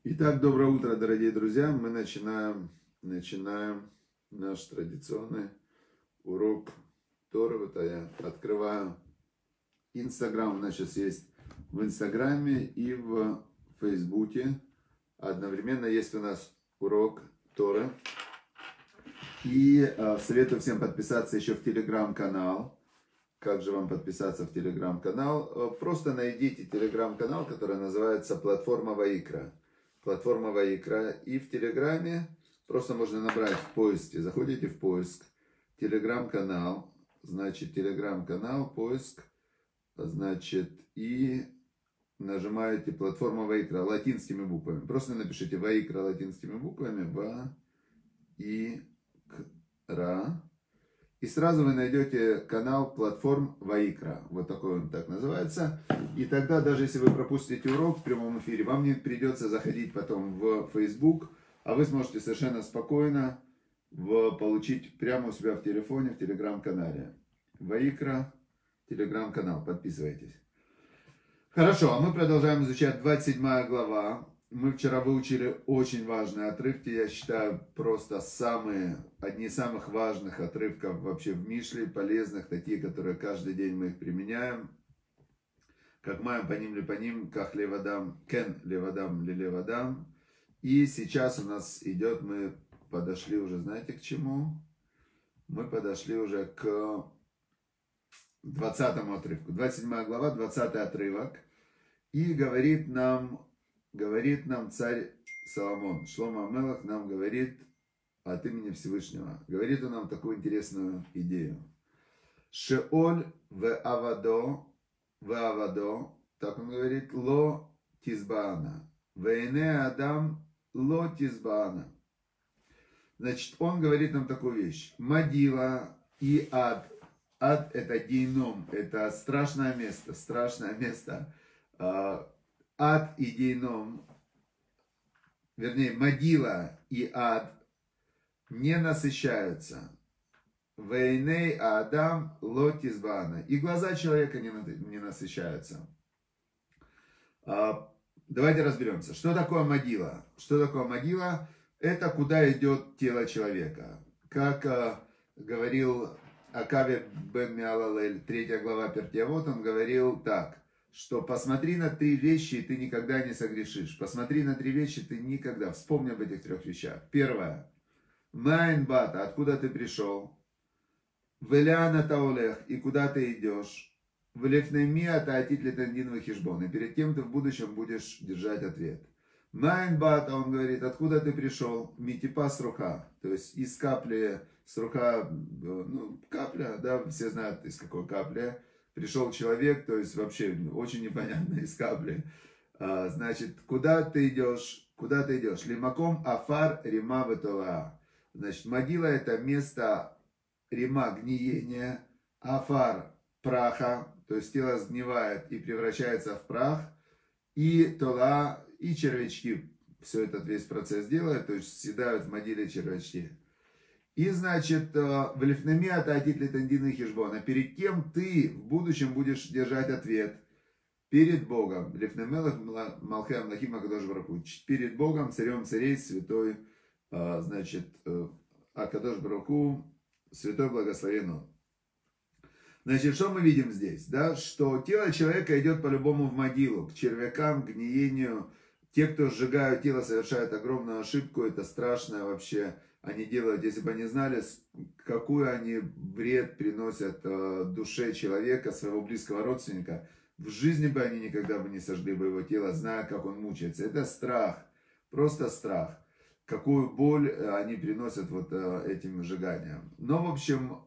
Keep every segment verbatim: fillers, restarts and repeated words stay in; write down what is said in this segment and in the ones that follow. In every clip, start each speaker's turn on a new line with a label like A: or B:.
A: Итак, доброе утро, дорогие друзья. Мы начинаем, начинаем наш традиционный урок Торы. Вот я открываю Инстаграм. У нас сейчас есть в Инстаграме и в Фейсбуке. Одновременно есть у нас урок Торы. И э, советую всем подписаться еще в Телеграм-канал. Как же вам подписаться в Телеграм-канал? Просто найдите Телеграм-канал, который называется «Платформа Ваикра». Платформа Ваикра. И в Телеграме просто можно набрать в поиске. Заходите в поиск. Телеграм-канал. Значит, Телеграм-канал, поиск. Значит, и нажимаете «Платформа Ваикра» латинскими буквами. Просто напишите «Ваикра» латинскими буквами. Ва-и-к-ра. И сразу вы найдете канал платформ Ваикра. Вот такой он так называется. И тогда, даже если вы пропустите урок в прямом эфире, вам не придется заходить потом в Facebook, а вы сможете совершенно спокойно в, получить прямо у себя в телефоне, в телеграм-канале. Ваикра, телеграм-канал. Подписывайтесь. Хорошо, а мы продолжаем изучать двадцать седьмая глава. Мы вчера выучили очень важные отрывки, я считаю, просто самые, одни из самых важных отрывков вообще в Мишле, полезных, такие, которые каждый день мы их применяем. Как маем по ним ли по ним, как левадам, кен левадам ли левадам. И сейчас у нас идет, мы подошли уже, знаете, к чему? Мы подошли уже к двадцатому отрывку. двадцать седьмая глава, двадцатый отрывок. И говорит нам... Говорит нам царь Соломон, Шломо ха-Мелех нам говорит от имени Всевышнего. Говорит он нам такую интересную идею. Шеоль в авадо, в авадо, так он говорит, ло тизбаана. Вейне адам ло тизбаана. Значит, он говорит нам такую вещь. Мадила и ад. Ад это гейном, это страшное место, страшное место. Ад и гейном, вернее, могила и ад не насыщаются. Вейней Адам лотизбана. И глаза человека не, не насыщаются. Давайте разберемся. Что такое могила? Что такое могила? Это куда идет тело человека. Как э, говорил Акаве бен Миалалель, третья глава Пертиавот, он говорил так. Что посмотри на три вещи, и ты никогда не согрешишь. Посмотри на три вещи, ты никогда. Вспомни об этих трех вещах. Первое. Майн бата, откуда ты пришел. Веляна таулех, и куда ты идешь. Влефнемия таатит летандин вахишбон. И перед кем ты в будущем будешь держать ответ. Майн бата, он говорит, откуда ты пришел. Митипа сруха, то есть из капли, сруха, ну, капля, да, все знают из какой капли. Пришел человек, то есть вообще очень непонятно из капли. А, значит, куда ты идешь? Куда ты идешь? Лимаком афар рима ветола. Значит, могила это место рима гниения, афар праха, то есть тело сгнивает и превращается в прах, и тола, и червячки все этот весь процесс делают, то есть съедают в могиле червячки. И, значит, в лифнами ататит литандины хижбона. Перед кем ты в будущем будешь держать ответ? Перед Богом. Лифнамелах малхем лахима кадош бараху. Перед Богом, царем царей, святой, значит, Акадош бараху, святой благословен он. Значит, что мы видим здесь? Да? Что тело человека идет по-любому в могилу, к червякам, к гниению. Те, кто сжигают тело, совершают огромную ошибку. Это страшное вообще. Они делают, если бы они знали, какую они вред приносят душе человека, своего близкого родственника, в жизни бы они никогда бы не сожгли бы его тело, зная, как он мучается. Это страх, просто страх. Какую боль они приносят вот этим сжиганием. Но, в общем,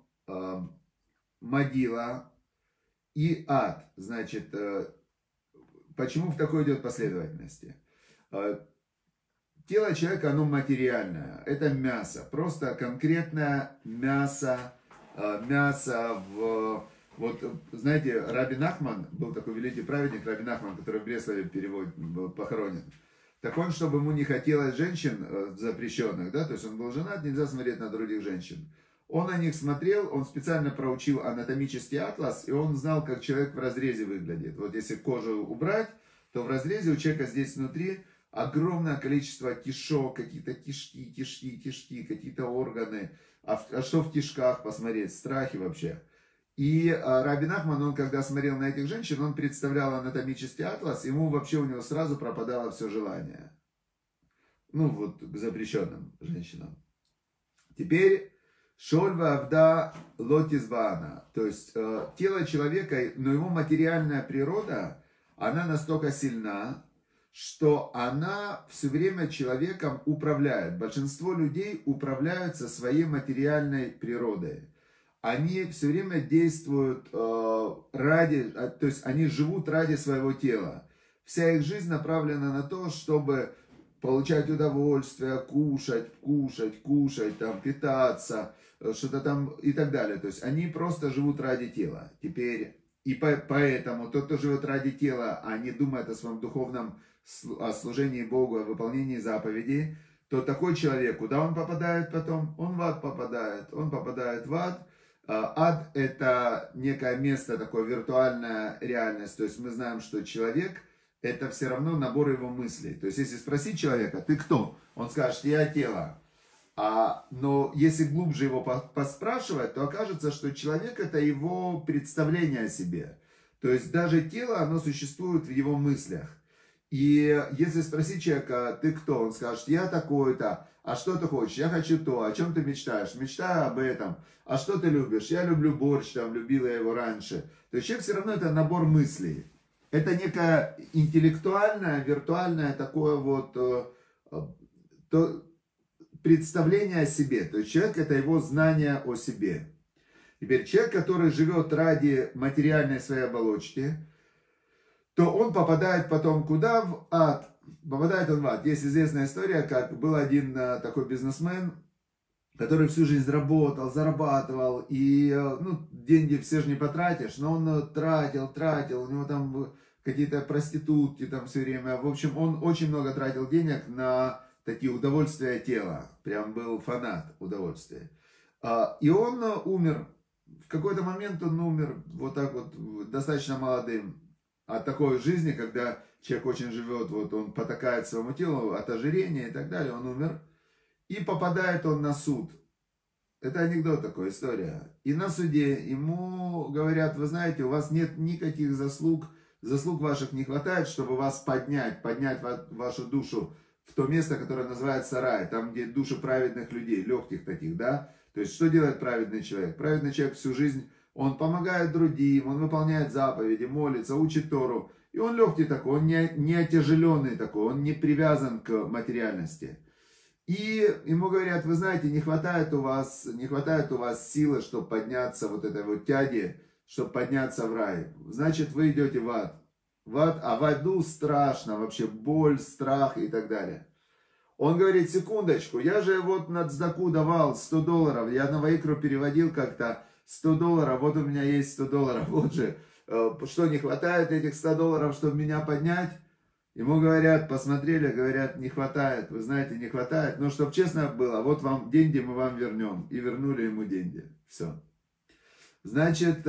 A: могила и ад, значит, почему в такой идет последовательности? Тело человека, оно материальное, это мясо, просто конкретное мясо, мясо в... Вот, знаете, Раби Нахман, был такой великий праведник, Раби Нахман, который в Бреславе перевод был похоронен. Так он, чтобы ему не хотелось женщин запрещенных, да, то есть он был женат, нельзя смотреть на других женщин. Он на них смотрел, он специально проучил анатомический атлас, и он знал, как человек в разрезе выглядит. Вот если кожу убрать, то в разрезе у человека здесь внутри огромное количество кишок, какие-то кишки, кишки, кишки, какие-то органы. А, а что в кишках посмотреть? Страхи вообще. И а, Раби Нахман, он когда смотрел на этих женщин, он представлял анатомический атлас, ему вообще у него сразу пропадало все желание. Ну вот к запрещенным женщинам. Теперь Шольва Авда Лотизбана, то есть э, тело человека, но его материальная природа, она настолько сильна, что она все время человеком управляет. Большинство людей управляются своей материальной природой. Они все время действуют э, ради, то есть они живут ради своего тела. Вся их жизнь направлена на то, чтобы получать удовольствие, кушать, кушать, кушать, там, питаться, что-то там и так далее. То есть они просто живут ради тела. Теперь, и по, поэтому тот, кто живет ради тела, а не думает о своем духовном о служении Богу, о выполнении заповедей, то такой человек, куда он попадает потом? Он в ад попадает. Он попадает в ад. Ад – это некое место, такое виртуальная реальность. То есть мы знаем, что человек – это все равно набор его мыслей. То есть если спросить человека, ты кто? Он скажет, я тело. А, но если глубже его поспрашивать, то окажется, что человек – это его представление о себе. То есть даже тело, оно существует в его мыслях. И если спросить человека, ты кто? Он скажет, я такой-то. А что ты хочешь? Я хочу то. О чем ты мечтаешь? Мечтаю об этом. А что ты любишь? Я люблю борщ, там, любила я его раньше. То есть человек все равно это набор мыслей. Это некое интеллектуальное, виртуальное такое вот э, то, представление о себе. То есть человек это его знание о себе. Теперь человек, который живет ради материальной своей оболочки, то он попадает потом куда? В ад. Попадает он в ад. Есть известная история, как был один такой бизнесмен, который всю жизнь работал, зарабатывал, и ну, деньги все же не потратишь, но он тратил, тратил, у него там какие-то проститутки там все время. В общем, он очень много тратил денег на такие удовольствия тела. Прям был фанат удовольствия. И он умер. В какой-то момент он умер вот так вот, достаточно молодым. От такой жизни, когда человек очень живет, вот он потакает своему телу, от ожирения и так далее, он умер. И попадает он на суд. Это анекдот такой, история. И на суде ему говорят, вы знаете, у вас нет никаких заслуг, заслуг ваших не хватает, чтобы вас поднять, поднять вашу душу в то место, которое называется рай, там, где души праведных людей, легких таких, да. То есть, что делает праведный человек? Праведный человек всю жизнь... Он помогает другим, он выполняет заповеди, молится, учит Тору. И он легкий такой, он не, не отяжеленный такой, он не привязан к материальности. И ему говорят, вы знаете, не хватает у вас, не хватает у вас силы, чтобы подняться вот этой вот тяги, чтобы подняться в рай. Значит, вы идете в ад. В ад, а в аду страшно, вообще боль, страх и так далее. Он говорит, секундочку, я же вот на цдаку давал сто долларов, я на Ваикру переводил как-то, сто долларов, вот у меня есть сто долларов, вот же, что не хватает этих ста долларов, чтобы меня поднять? Ему говорят, посмотрели, говорят, не хватает, вы знаете, не хватает, но чтобы честно было, вот вам деньги, мы вам вернем. И вернули ему деньги, все. Значит,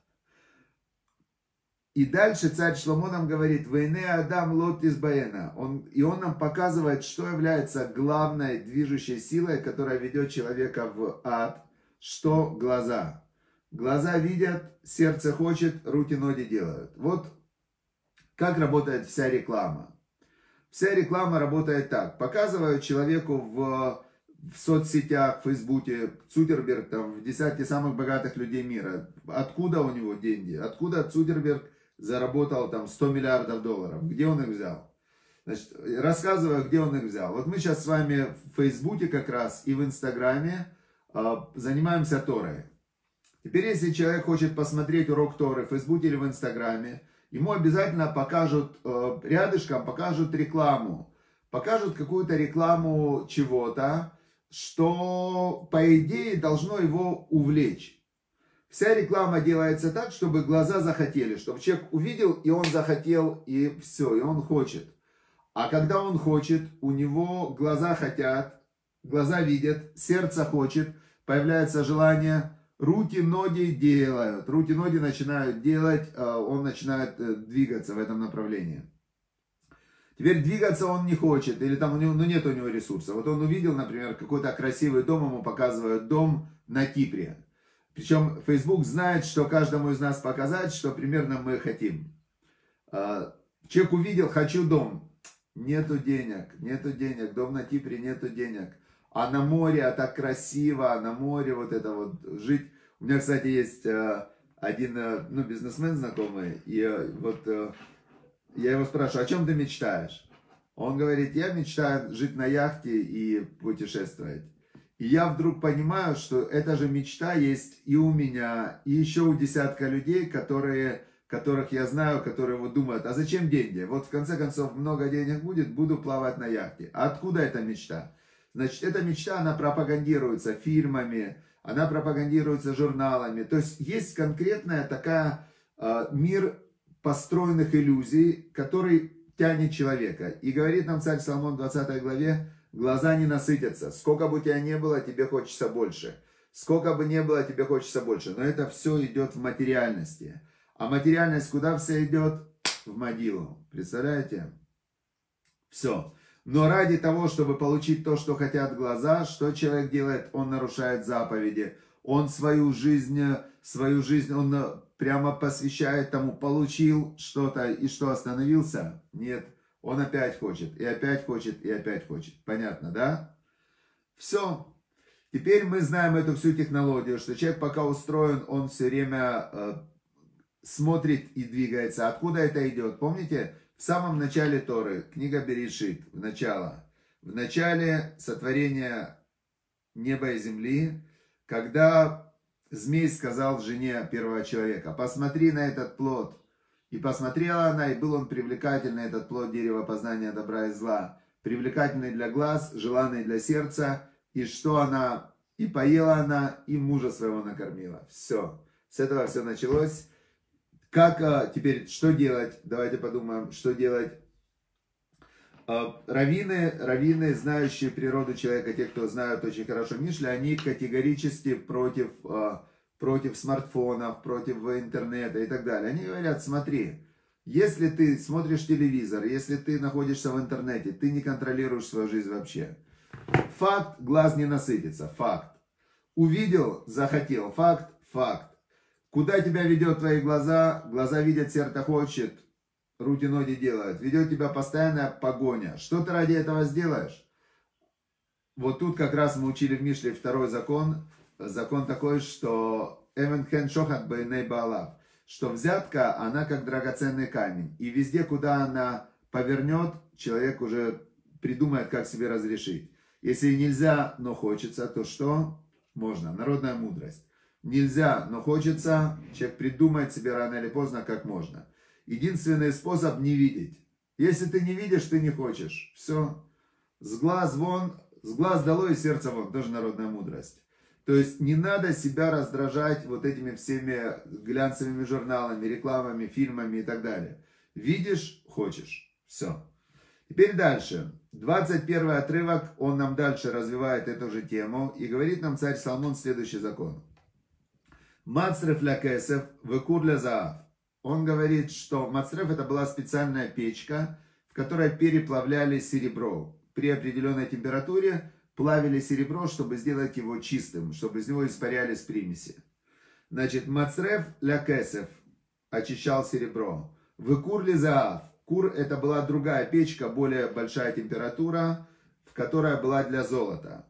A: и дальше царь Шломо нам говорит, «Вейне Адам лот избаена». Он, и он нам показывает, что является главной движущей силой, которая ведет человека в ад, что глаза. Глаза видят, сердце хочет, руки, ноги делают. Вот как работает вся реклама. Вся реклама работает так. Показывают человеку в, в соцсетях, в Фейсбуке, Цукерберг, там, в десятке самых богатых людей мира. Откуда у него деньги? Откуда Цукерберг заработал там сто миллиардов долларов? Где он их взял? Значит, рассказываю, где он их взял. Вот мы сейчас с вами в Фейсбуке как раз и в Инстаграме э, занимаемся Торой. Теперь, если человек хочет посмотреть урок Торы в Фейсбуке или в Инстаграме, ему обязательно покажут, э, рядышком покажут рекламу. Покажут какую-то рекламу чего-то, что, по идее, должно его увлечь. Вся реклама делается так, чтобы глаза захотели, чтобы человек увидел, и он захотел, и все, и он хочет. А когда он хочет, у него глаза хотят, глаза видят, сердце хочет, появляется желание... Руки, ноги делают, руки, ноги начинают делать, он начинает двигаться в этом направлении. Теперь двигаться он не хочет, или там у него, ну, нет у него ресурса. Вот он увидел, например, какой-то красивый дом, ему показывают дом на Кипре. Причем Facebook знает, что каждому из нас показать, что примерно мы хотим. Человек увидел, хочу дом. Нету денег, нету денег, дом на Кипре, нету денег. А на море, а так красиво, а на море вот это вот жить. У меня, кстати, есть один, ну, бизнесмен знакомый, и вот я его спрашиваю, о чем ты мечтаешь? Он говорит, я мечтаю жить на яхте и путешествовать. И я вдруг понимаю, что эта же мечта есть и у меня, и еще у десятка людей, которые, которых я знаю, которые вот думают, а зачем деньги? Вот в конце концов много денег будет, буду плавать на яхте. А откуда эта мечта? Значит, эта мечта, она пропагандируется фирмами, она пропагандируется журналами. То есть есть конкретная такая э, мир построенных иллюзий, который тянет человека. И говорит нам царь Соломон в двадцатой главе, глаза не насытятся. Сколько бы у тебя не было, тебе хочется больше. Сколько бы не было, тебе хочется больше. Но это все идет в материальности. А материальность куда все идет? В могилу. Представляете? Все. Но ради того, чтобы получить то, что хотят глаза, что человек делает? Он нарушает заповеди. Он свою жизнь, свою жизнь, он прямо посвящает тому, получил что-то и что, остановился? Нет. Он опять хочет, и опять хочет, и опять хочет. Понятно, да? Все. Теперь мы знаем эту всю технологию, что человек пока устроен, он все время э, смотрит и двигается. Откуда это идет? Помните, в самом начале Торы, книга Берешит, в начало, в начале сотворения неба и земли, когда змей сказал жене первого человека, посмотри на этот плод. И посмотрела она, и был он привлекательный, этот плод дерева познания добра и зла, привлекательный для глаз, желанный для сердца, и что она, и поела она, и мужа своего накормила. Все. С этого все началось. Как а, теперь, что делать? Давайте подумаем, что делать. А, раввины, раввины, знающие природу человека, те, кто знают очень хорошо Мишли, они категорически против... А, против смартфонов, против интернета и так далее. Они говорят, смотри, если ты смотришь телевизор, если ты находишься в интернете, ты не контролируешь свою жизнь вообще. Факт, глаз не насытится, факт. Увидел, захотел, факт, факт. Куда тебя ведет твои глаза? Глаза видят, сердце хочет, руки-ноги делают. Ведет тебя постоянная погоня. Что ты ради этого сделаешь? Вот тут как раз мы учили в Мишле второй закон. Закон такой, что что взятка, она как драгоценный камень. И везде, куда она повернет, человек уже придумает, как себе разрешить. Если нельзя, но хочется, то что? Можно. Народная мудрость. Нельзя, но хочется, человек придумает себе рано или поздно, как можно. Единственный способ не видеть. Если ты не видишь, ты не хочешь. Все. С глаз вон, с глаз долой и сердце вон. Тоже народная мудрость. То есть не надо себя раздражать вот этими всеми глянцевыми журналами, рекламами, фильмами и так далее. Видишь, хочешь. Все. Теперь дальше. двадцать первый отрывок, он нам дальше развивает эту же тему. И говорит нам царь Соломон следующий закон. Мацреф ля кесев векур ля заав. Он говорит, что мацреф это была специальная печка, в которой переплавляли серебро. При определенной температуре плавили серебро, чтобы сделать его чистым, чтобы из него испарялись примеси. Значит, мацреф ля кесев очищал серебро. Векур ля заав. Кур это была другая печка, более большая температура, в которой была для золота.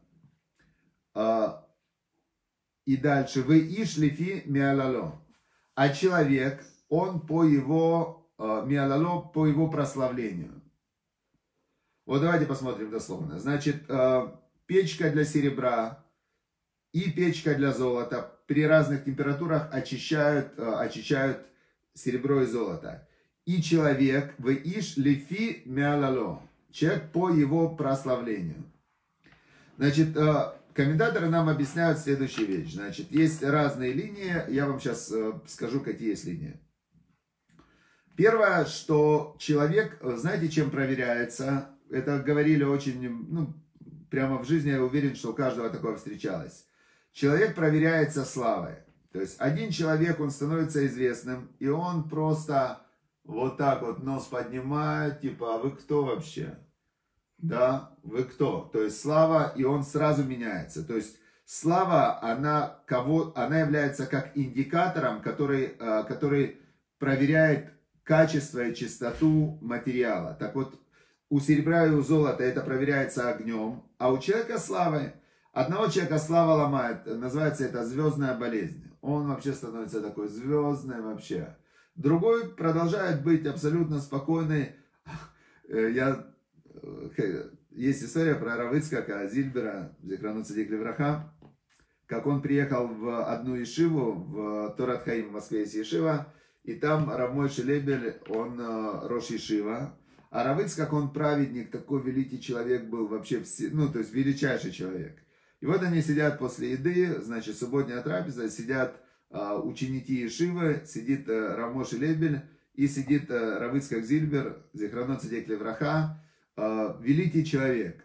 A: И дальше. Вы иш лифи миалало. А человек, он по его миалало, по его прославлению. Вот давайте посмотрим дословно. Значит, печка для серебра и печка для золота при разных температурах очищают, очищают серебро и золото. И человек, в иш лифи миалало. Человек по его прославлению. Значит, комментаторы нам объясняют следующую вещь. Значит, есть разные линии. Я вам сейчас скажу, какие есть линии. Первое, что человек, знаете, чем проверяется? Это говорили очень, ну, прямо в жизни, я уверен, что у каждого такое встречалось. Человек проверяется славой. То есть, один человек, он становится известным, и он просто... вот так вот нос поднимает, типа, а вы кто вообще? Да, вы кто? То есть слава, и он сразу меняется. То есть слава, она, кого, она является как индикатором, который, который проверяет качество и чистоту материала. Так вот, у серебра и у золота это проверяется огнем, а у человека славой. Одного человека слава ломает, называется это звездная болезнь. Он вообще становится такой звездный вообще. Другой продолжает быть абсолютно спокойный. Я... Есть история про Рав Ицхака Зильбера, Зихрону цадик левраха, как он приехал в одну ешиву, в Торат Хаим в Москве есть ешива, и там Рав Мойше Лейбель, он рош ешива, а Рав Ицхак, он праведник, такой великий человек был вообще, ну, то есть величайший человек. И вот они сидят после еды, значит, субботняя трапеза, сидят ученики ешивы, сидит Рав Мойше Лейбель, и сидит Рав Ицхак Зильбер, Зихрону цадик левраха, великий человек.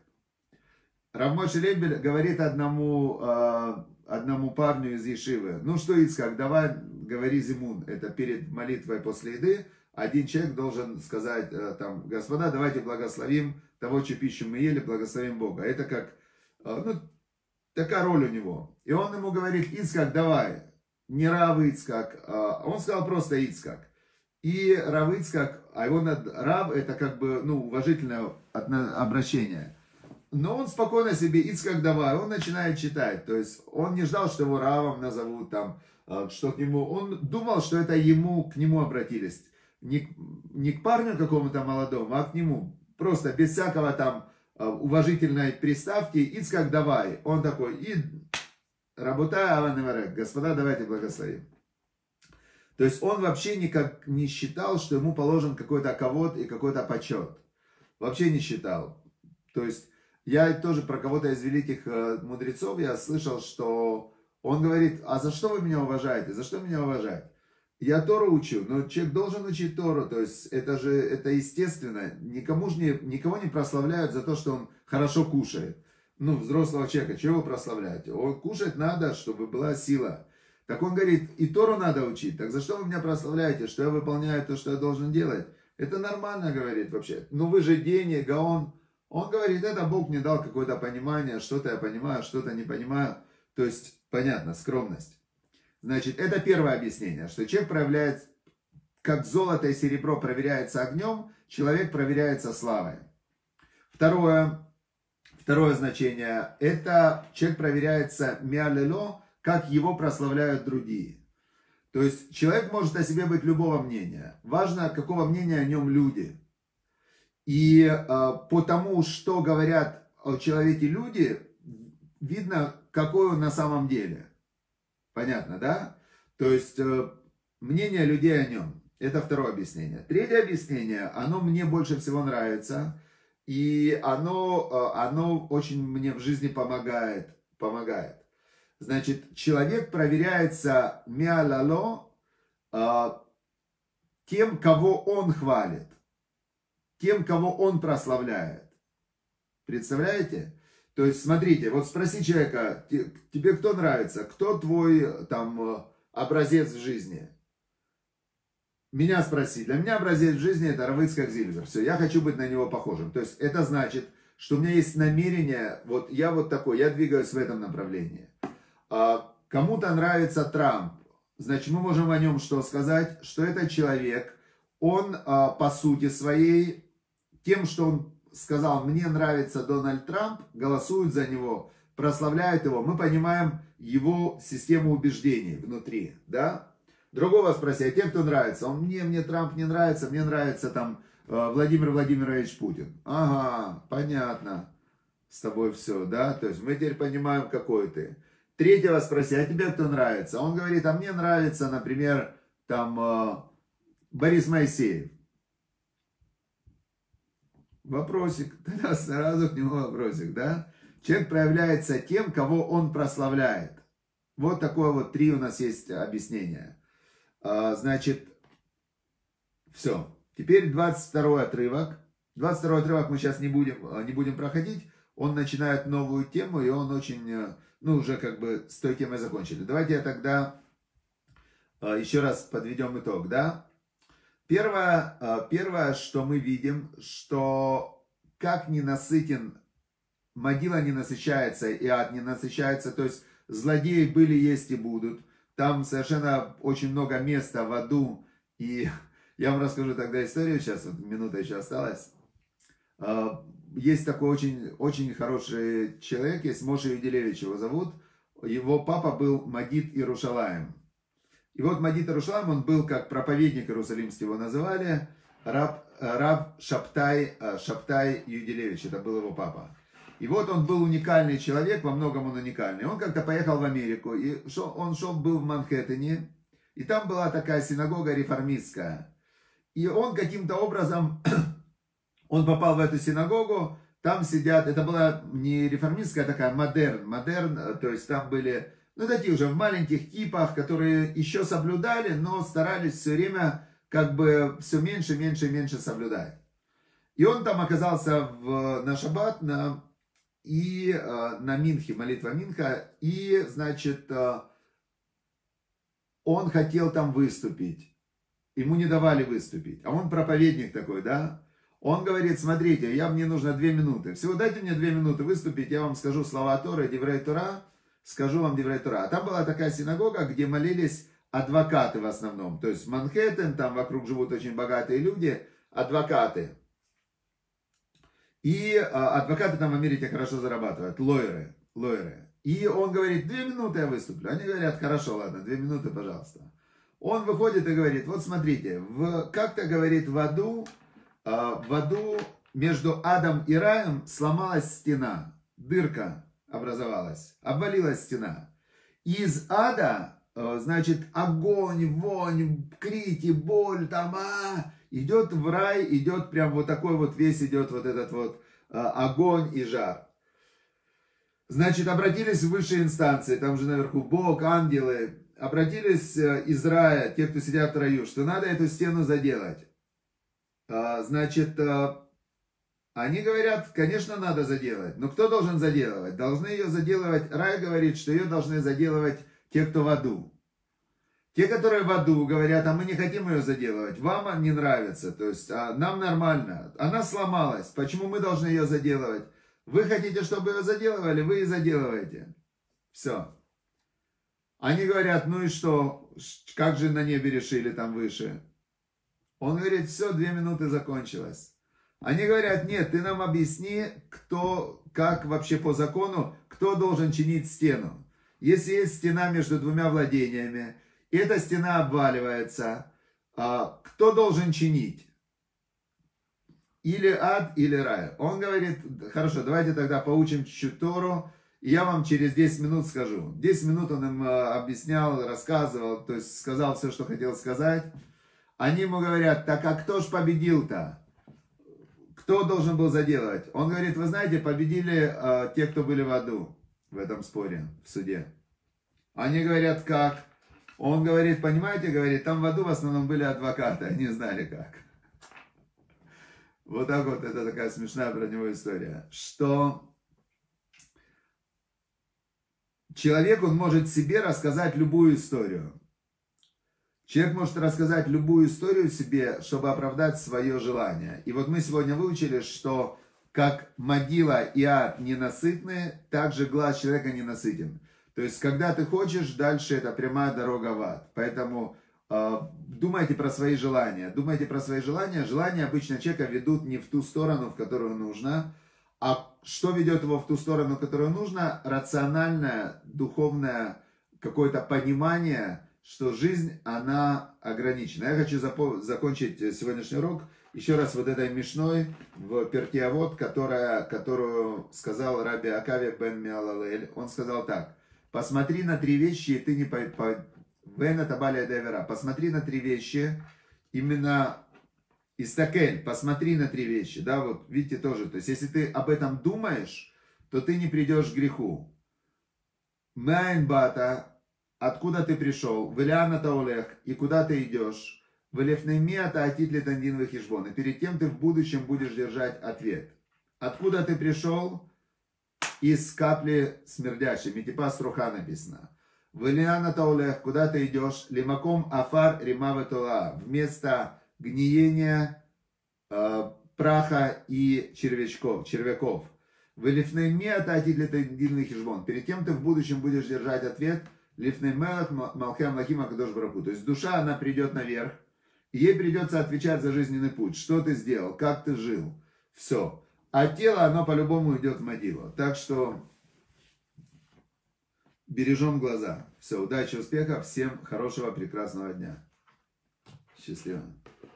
A: Рав Мойше Лейбель говорит одному, одному парню из ешивы: ну что, Ицхак, давай говори зимун. Это перед молитвой после еды. Один человек должен сказать там: господа, давайте благословим того, чью пищу мы ели, благословим Бога. Это как, ну, такая роль у него. И он ему говорит: Ицхак, давай. Не Рав Ицхак. Он сказал просто Ицхак. И Рав Ицхак, а его Рав, это как бы, ну, уважительное обращение. Но он спокойно себе Ицхак давай, он начинает читать. То есть он не ждал, что его Равом назовут, там, что к нему. Он думал, что это ему, к нему обратились. Не, не к парню какому-то молодому, а к нему. Просто без всякого там уважительной приставки. Ицхак давай. Он такой: и работай, Аван Иварек, господа, давайте благословим. То есть он вообще никак не считал, что ему положен какой-то ковод и какой-то почет. Вообще не считал. То есть я тоже про кого-то из великих мудрецов я слышал, что он говорит: а за что вы меня уважаете? За что меня уважать? Я Тору учу, но человек должен учить Тору. То есть это же, это естественно. Никому же не, никого не прославляют за то, что он хорошо кушает. Ну, взрослого человека, чего его прославлять? Он кушать надо, чтобы была сила. Так он говорит: и Тору надо учить. Так за что вы меня прославляете? Что я выполняю то, что я должен делать? Это нормально, говорит, вообще. Ну вы же гений, Гаон. Он говорит: это Бог мне дал какое-то понимание. Что-то я понимаю, что-то не понимаю. То есть, понятно, скромность. Значит, это первое объяснение. Что человек проявляет, как золото и серебро проверяется огнем, человек проверяется славой. Второе, второе значение. Это человек проверяется миалело, как его прославляют другие. То есть человек может о себе быть любого мнения. Важно, какого мнения о нем люди. И э, по тому, что говорят о человеке люди, видно, какой он на самом деле. Понятно, да? То есть э, мнение людей о нем. Это второе объяснение. Третье объяснение, оно мне больше всего нравится. И оно, э, оно очень мне в жизни помогает. помогает. Значит, человек проверяется миалало э, тем, кого он хвалит, тем, кого он прославляет. Представляете? То есть, смотрите, вот спроси человека: тебе кто нравится, кто твой там образец в жизни? Меня спроси. Для меня образец в жизни — это Рав Ицхак Зильбер. Все, я хочу быть на него похожим. То есть, это значит, что у меня есть намерение, вот я вот такой, я двигаюсь в этом направлении. Кому-то нравится Трамп, значит, мы можем о нем что сказать? Что этот человек, он по сути своей, тем, что он сказал: мне нравится Дональд Трамп, голосуют за него, прославляют его, мы понимаем его систему убеждений внутри, да? Другого спроси: а тем, кто нравится? Он: мне, мне Трамп не нравится, мне нравится там Владимир Владимирович Путин. Ага, понятно, с тобой все, да? То есть мы теперь понимаем, какой ты. Третьего спроси: а тебе кто нравится? Он говорит: а мне нравится, например, там Борис Моисеев. Вопросик, тогда сразу к нему вопросик, да? Человек проявляется тем, кого он прославляет. Вот такое вот три у нас есть объяснение. Значит, все. Теперь двадцать второй отрывок. двадцать второй отрывок мы сейчас не будем, не будем проходить. Он начинает новую тему, и он очень, ну, уже как бы с той темой закончили. Давайте я тогда еще раз подведем итог, да? Первое, первое, что мы видим, что как не насытен, могила не насыщается, и ад не насыщается, то есть злодеи были, есть и будут. Там совершенно очень много места в аду, и я вам расскажу тогда историю, сейчас вот минута еще осталась. Есть такой очень, очень хороший человек, есть Моше Юделевич его зовут, его папа был Магид Иерушалаим. И вот Магид Иерушалаим, он был как проповедник иерусалимский, его называли, раб, раб Шаптай, Шаптай Юделевич, это был его папа. И вот он был уникальный человек, во многом он уникальный. Он как-то поехал в Америку, и шел, он шел, был в Манхэттене, и там была такая синагога реформистская. И он каким-то образом, он попал в эту синагогу, там сидят, это была не реформистская, а такая модерн, модерн, то есть там были, ну такие уже в маленьких кипах, которые еще соблюдали, но старались все время как бы все меньше, меньше, меньше соблюдать. И он там оказался в, на шаббат, на, и э, на Минхе, молитва Минха, и, значит, э, он хотел там выступить. Ему не давали выступить. А он проповедник такой, да? Он говорит, смотрите, я, мне нужно две минуты. Всего дайте мне две минуты выступить, я вам скажу слова Торы, Деврей Тора, скажу вам Деврей Тора. А там была такая синагога, где молились адвокаты в основном. То есть Манхэттен, там вокруг живут очень богатые люди, адвокаты. И а, адвокаты там в Америке хорошо зарабатывают, лойеры, лойеры. И он говорит, две минуты я выступлю. Они говорят, хорошо, ладно, две минуты, пожалуйста. Он выходит и говорит, вот смотрите, в, как-то говорит в аду, в аду между адом и раем сломалась стена, дырка образовалась, обвалилась стена. Из ада, значит, огонь, вонь, крики, боль, там, а, идет в рай, идет прям вот такой вот весь идет вот этот вот огонь и жар. Значит, обратились в высшие инстанции, там же наверху Бог, ангелы, обратились из рая, те, кто сидят в раю, что надо эту стену заделать. Значит, они говорят, конечно, надо заделать, но кто должен заделывать? Должны ее заделывать, рай говорит, что ее должны заделывать те, кто в аду. Те, которые в аду, говорят, а мы не хотим ее заделывать, вам не нравится, то есть а нам нормально, она сломалась, почему мы должны ее заделывать? Вы хотите, чтобы ее заделывали, вы и заделываете. Все. Они говорят, ну и что, как же на небе решили там выше? Он говорит, все, две минуты закончилось. Они говорят, нет, ты нам объясни, кто, как вообще по закону, кто должен чинить стену. Если есть стена между двумя владениями, и эта стена обваливается, кто должен чинить? Или ад, или рай. Он говорит, хорошо, давайте тогда поучим чуть-чуть Тору, и я вам через десять минут скажу. десять минут он им объяснял, рассказывал, то есть сказал все, что хотел сказать. Они ему говорят, так а кто ж победил-то? Кто должен был заделывать? Он говорит, вы знаете, победили э, те, кто были в аду в этом споре, в суде. Они говорят, как? Он говорит, понимаете, говорит, там в аду в основном были адвокаты, они знали как. Вот так вот, это такая смешная про него история. Что человек, он может себе рассказать любую историю. Человек может рассказать любую историю себе, чтобы оправдать свое желание. И вот мы сегодня выучили, что как могила и ад ненасытны, так же глаз человека ненасытен. То есть, когда ты хочешь, дальше это прямая дорога в ад. Поэтому э, думайте про свои желания. Думайте про свои желания. Желания обычно человека ведут не в ту сторону, в которую нужно. А что ведет его в ту сторону, в которую нужно? Рациональное, духовное какое-то понимание, что жизнь, она ограничена. Я хочу закончить сегодняшний урок еще раз вот этой мишной в Перкей Авот, которая, которую сказал Раби Акавия бен Миалалель. Он сказал так, посмотри на три вещи, и ты не по... по... посмотри на три вещи, именно истакель, посмотри на три вещи, да, вот видите тоже, то есть если ты об этом думаешь, то ты не придешь к греху. Майн бата, откуда ты пришел, Виляна Таулех, и куда ты идешь, Вилефнемиата Атитли Тандин Вахишбон, и перед тем ты в будущем будешь держать ответ. Откуда ты пришел? Из капли смердящей, Митипа Струха написано. Виляна Таулех, куда ты идешь, Лимаком Афар Римава Тула, вместо гниения, э, праха и червячков, червяков. Вы лифнейме ататили дильный хижбон. Перед тем ты в будущем будешь держать ответ лифнеймелах малхем лахим акадош бараху. То есть душа, она придет наверх, и ей придется отвечать за жизненный путь. Что ты сделал, как ты жил. Все. А тело, оно по-любому идет в могилу. Так что бережем глаза. Все, удачи, успехов. Всем хорошего, прекрасного дня. Счастливо.